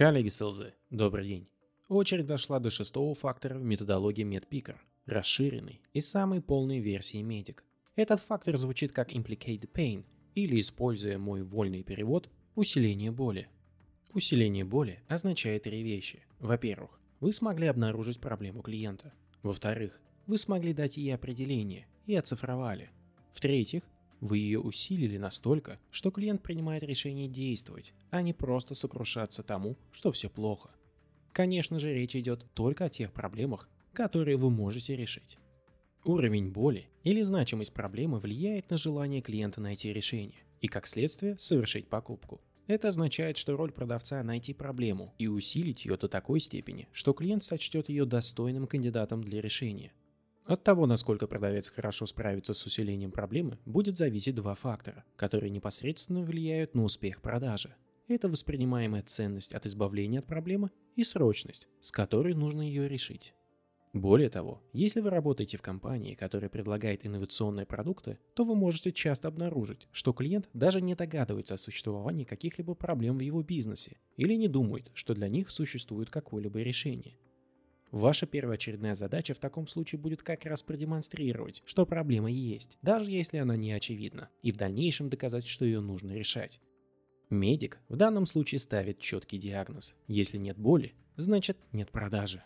Коллеги с ЛЗ, добрый день. Очередь дошла до шестого фактора в методологии MedPicker, расширенной и самой полной версии Medic. Этот фактор звучит как Implicate Pain, или, используя мой вольный перевод, усиление боли. Усиление боли означает три вещи. Во-первых, вы смогли обнаружить проблему клиента. Во-вторых, вы смогли дать ей определение и оцифровали. В-третьих, вы ее усилили настолько, что клиент принимает решение действовать, а не просто сокрушаться тому, что все плохо. Конечно же, речь идет только о тех проблемах, которые вы можете решить. Уровень боли или значимость проблемы влияет на желание клиента найти решение и, как следствие, совершить покупку. Это означает, что роль продавца – найти проблему и усилить ее до такой степени, что клиент сочтет ее достойным кандидатом для решения. От того, насколько продавец хорошо справится с усилением проблемы, будет зависеть два фактора, которые непосредственно влияют на успех продажи. Это воспринимаемая ценность от избавления от проблемы и срочность, с которой нужно ее решить. Более того, если вы работаете в компании, которая предлагает инновационные продукты, то вы можете часто обнаружить, что клиент даже не догадывается о существовании каких-либо проблем в его бизнесе или не думает, что для них существует какое-либо решение. Ваша первоочередная задача в таком случае будет как раз продемонстрировать, что проблема есть, даже если она не очевидна, и в дальнейшем доказать, что ее нужно решать. Медик в данном случае ставит четкий диагноз. Если нет боли, значит нет продажи.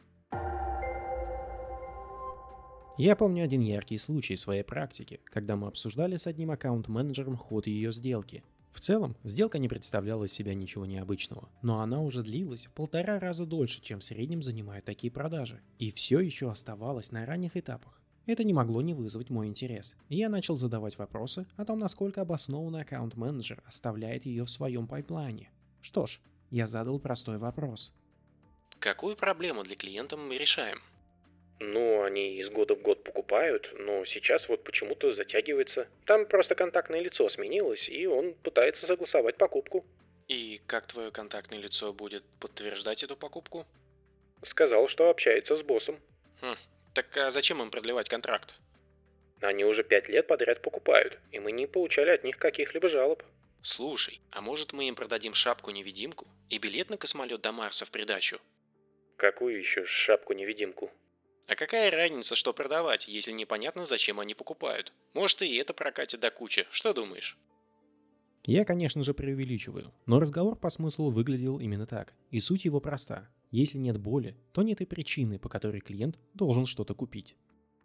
Я помню один яркий случай в своей практике, когда мы обсуждали с одним аккаунт-менеджером ход ее сделки. В целом, сделка не представляла из себя ничего необычного, но она уже длилась в 1,5 раза дольше, чем в среднем занимают такие продажи, и все еще оставалась на ранних этапах. Это не могло не вызвать мой интерес, и я начал задавать вопросы о том, насколько обоснованно аккаунт-менеджер оставляет ее в своем пайплайне. Что ж, я задал простой вопрос. Какую проблему для клиента мы решаем? Ну, они из года в год покупают, но сейчас вот почему-то затягивается. Там просто контактное лицо сменилось, и он пытается согласовать покупку. И как твое контактное лицо будет подтверждать эту покупку? Сказал, что общается с боссом. Так а зачем им продлевать контракт? Они уже 5 лет подряд покупают, и мы не получали от них каких-либо жалоб. Слушай, а может мы им продадим шапку-невидимку и билет на космолет до Марса в придачу? Какую еще шапку-невидимку? А какая разница, что продавать, если непонятно, зачем они покупают? Может, и это прокатит до кучи, что думаешь? Я, конечно же, преувеличиваю, но разговор по смыслу выглядел именно так, и суть его проста. Если нет боли, то нет и причины, по которой клиент должен что-то купить.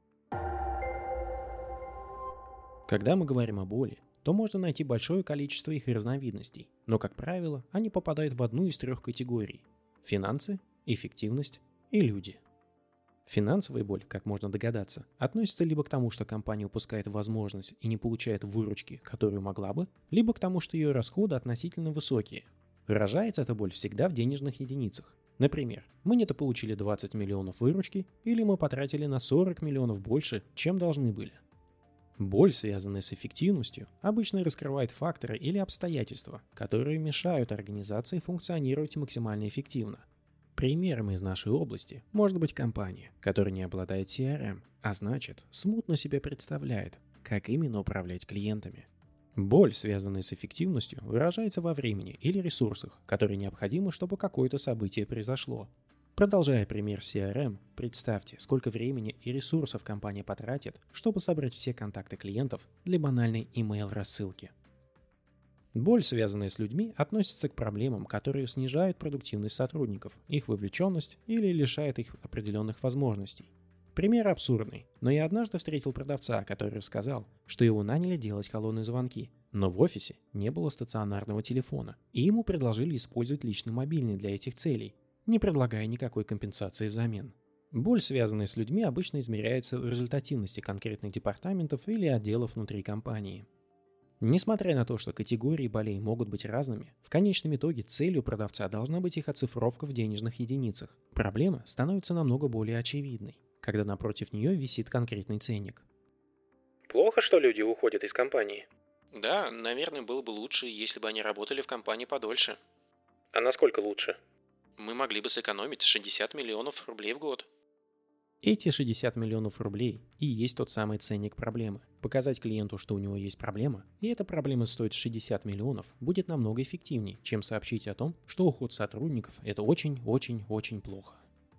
Когда мы говорим о боли, то можно найти большое количество их разновидностей, но, как правило, они попадают в одну из 3 категорий – финансы, эффективность и люди. Финансовая боль, как можно догадаться, относится либо к тому, что компания упускает возможность и не получает выручки, которую могла бы, либо к тому, что ее расходы относительно высокие. Выражается эта боль всегда в денежных единицах. Например, мы недополучили 20 миллионов выручки, или мы потратили на 40 миллионов больше, чем должны были. Боль, связанная с эффективностью, обычно раскрывает факторы или обстоятельства, которые мешают организации функционировать максимально эффективно. Примером из нашей области может быть компания, которая не обладает CRM, а значит, смутно себе представляет, как именно управлять клиентами. Боль, связанная с эффективностью, выражается во времени или ресурсах, которые необходимы, чтобы какое-то событие произошло. Продолжая пример CRM, представьте, сколько времени и ресурсов компания потратит, чтобы собрать все контакты клиентов для банальной email-рассылки. Боль, связанная с людьми, относится к проблемам, которые снижают продуктивность сотрудников, их вовлеченность или лишают их определенных возможностей. Пример абсурдный, но я однажды встретил продавца, который сказал, что его наняли делать холодные звонки, но в офисе не было стационарного телефона, и ему предложили использовать личный мобильный для этих целей, не предлагая никакой компенсации взамен. Боль, связанная с людьми, обычно измеряется в результативности конкретных департаментов или отделов внутри компании. Несмотря на то, что категории болей могут быть разными, в конечном итоге целью продавца должна быть их оцифровка в денежных единицах. Проблема становится намного более очевидной, когда напротив нее висит конкретный ценник. Плохо, что люди уходят из компании? Да, наверное, было бы лучше, если бы они работали в компании подольше. А насколько лучше? Мы могли бы сэкономить 60 миллионов рублей в год. Эти 60 миллионов рублей и есть тот самый ценник проблемы. Показать клиенту, что у него есть проблема, и эта проблема стоит 60 миллионов, будет намного эффективнее, чем сообщить о том, что уход сотрудников – это очень-очень-очень плохо.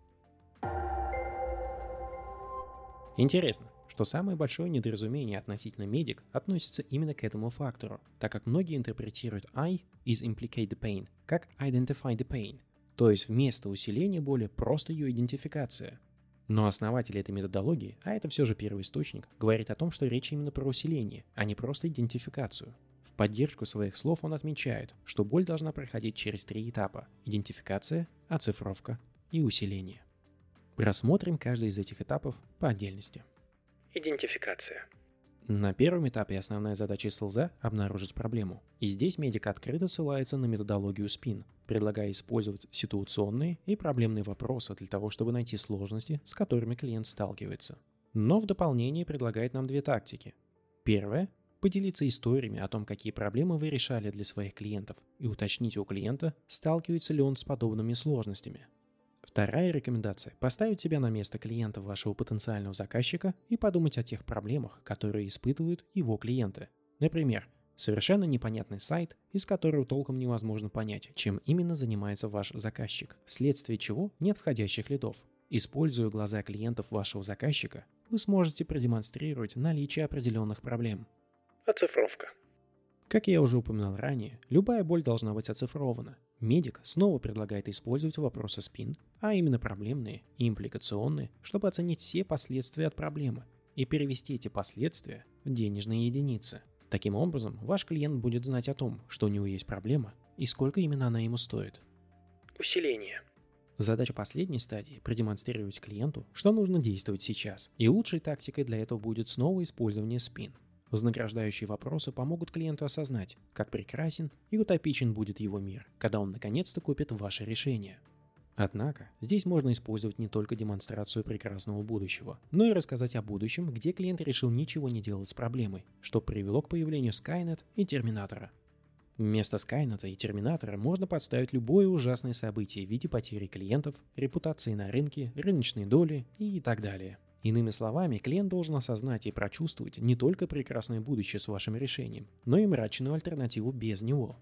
Интересно, что самое большое недоразумение относительно медик относится именно к этому фактору, так как многие интерпретируют I is implicate the pain как identify the pain, то есть вместо усиления боли просто ее идентификация. Но основатель этой методологии, а это все же первоисточник, говорит о том, что речь именно про усиление, а не просто идентификацию. В поддержку своих слов он отмечает, что боль должна проходить через 3 этапа – идентификация, оцифровка и усиление. Рассмотрим каждый из этих этапов по отдельности. Идентификация. На первом этапе основная задача СЛЗ – обнаружить проблему. И здесь медик открыто ссылается на методологию SPIN, предлагая использовать ситуационные и проблемные вопросы для того, чтобы найти сложности, с которыми клиент сталкивается. Но в дополнение предлагает нам 2 тактики. Первая – поделиться историями о том, какие проблемы вы решали для своих клиентов, и уточнить у клиента, сталкивается ли он с подобными сложностями. Вторая рекомендация – поставить себя на место клиента вашего потенциального заказчика и подумать о тех проблемах, которые испытывают его клиенты. Например, совершенно непонятный сайт, из которого толком невозможно понять, чем именно занимается ваш заказчик, вследствие чего нет входящих лидов. Используя глаза клиентов вашего заказчика, вы сможете продемонстрировать наличие определенных проблем. Оцифровка. Как я уже упоминал ранее, любая боль должна быть оцифрована. Медик снова предлагает использовать вопросы SPIN, а именно проблемные и импликационные, чтобы оценить все последствия от проблемы и перевести эти последствия в денежные единицы. Таким образом, ваш клиент будет знать о том, что у него есть проблема и сколько именно она ему стоит. Усиление. Задача последней стадии – продемонстрировать клиенту, что нужно действовать сейчас, и лучшей тактикой для этого будет снова использование SPIN. Вознаграждающие вопросы помогут клиенту осознать, как прекрасен и утопичен будет его мир, когда он наконец-то купит ваше решение. Однако, здесь можно использовать не только демонстрацию прекрасного будущего, но и рассказать о будущем, где клиент решил ничего не делать с проблемой, что привело к появлению Skynet и Терминатора. Вместо Skynet и Терминатора можно подставить любое ужасное событие в виде потери клиентов, репутации на рынке, рыночной доли и так далее. Иными словами, клиент должен осознать и прочувствовать не только прекрасное будущее с вашим решением, но и мрачную альтернативу без него.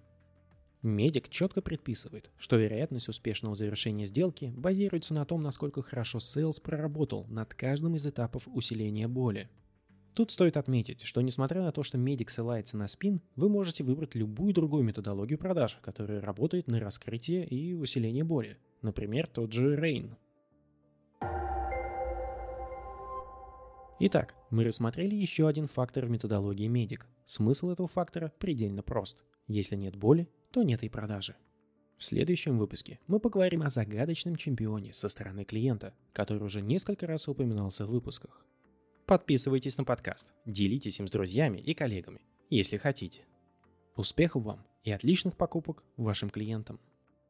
Медик четко предписывает, что вероятность успешного завершения сделки базируется на том, насколько хорошо сейлс проработал над каждым из этапов усиления боли. Тут стоит отметить, что несмотря на то, что медик ссылается на SPIN, вы можете выбрать любую другую методологию продаж, которая работает на раскрытие и усиление боли, например, тот же RAIN. Итак, мы рассмотрели еще один фактор в методологии медик. Смысл этого фактора предельно прост. Если нет боли, то нет и продажи. В следующем выпуске мы поговорим о загадочном чемпионе со стороны клиента, который уже несколько раз упоминался в выпусках. Подписывайтесь на подкаст, делитесь им с друзьями и коллегами, если хотите. Успехов вам и отличных покупок вашим клиентам!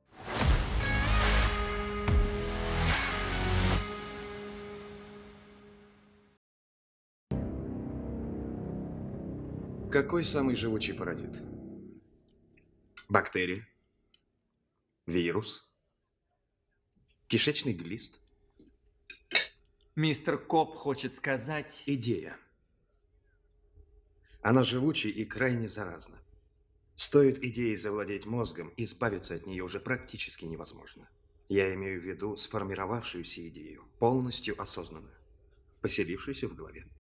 Какой самый живучий паразит? Бактерия? Вирус? Кишечный глист? Мистер Коп хочет сказать... Идея. Она живуча и крайне заразна. Стоит идее завладеть мозгом, избавиться от нее уже практически невозможно. Я имею в виду сформировавшуюся идею, полностью осознанную, поселившуюся в голове.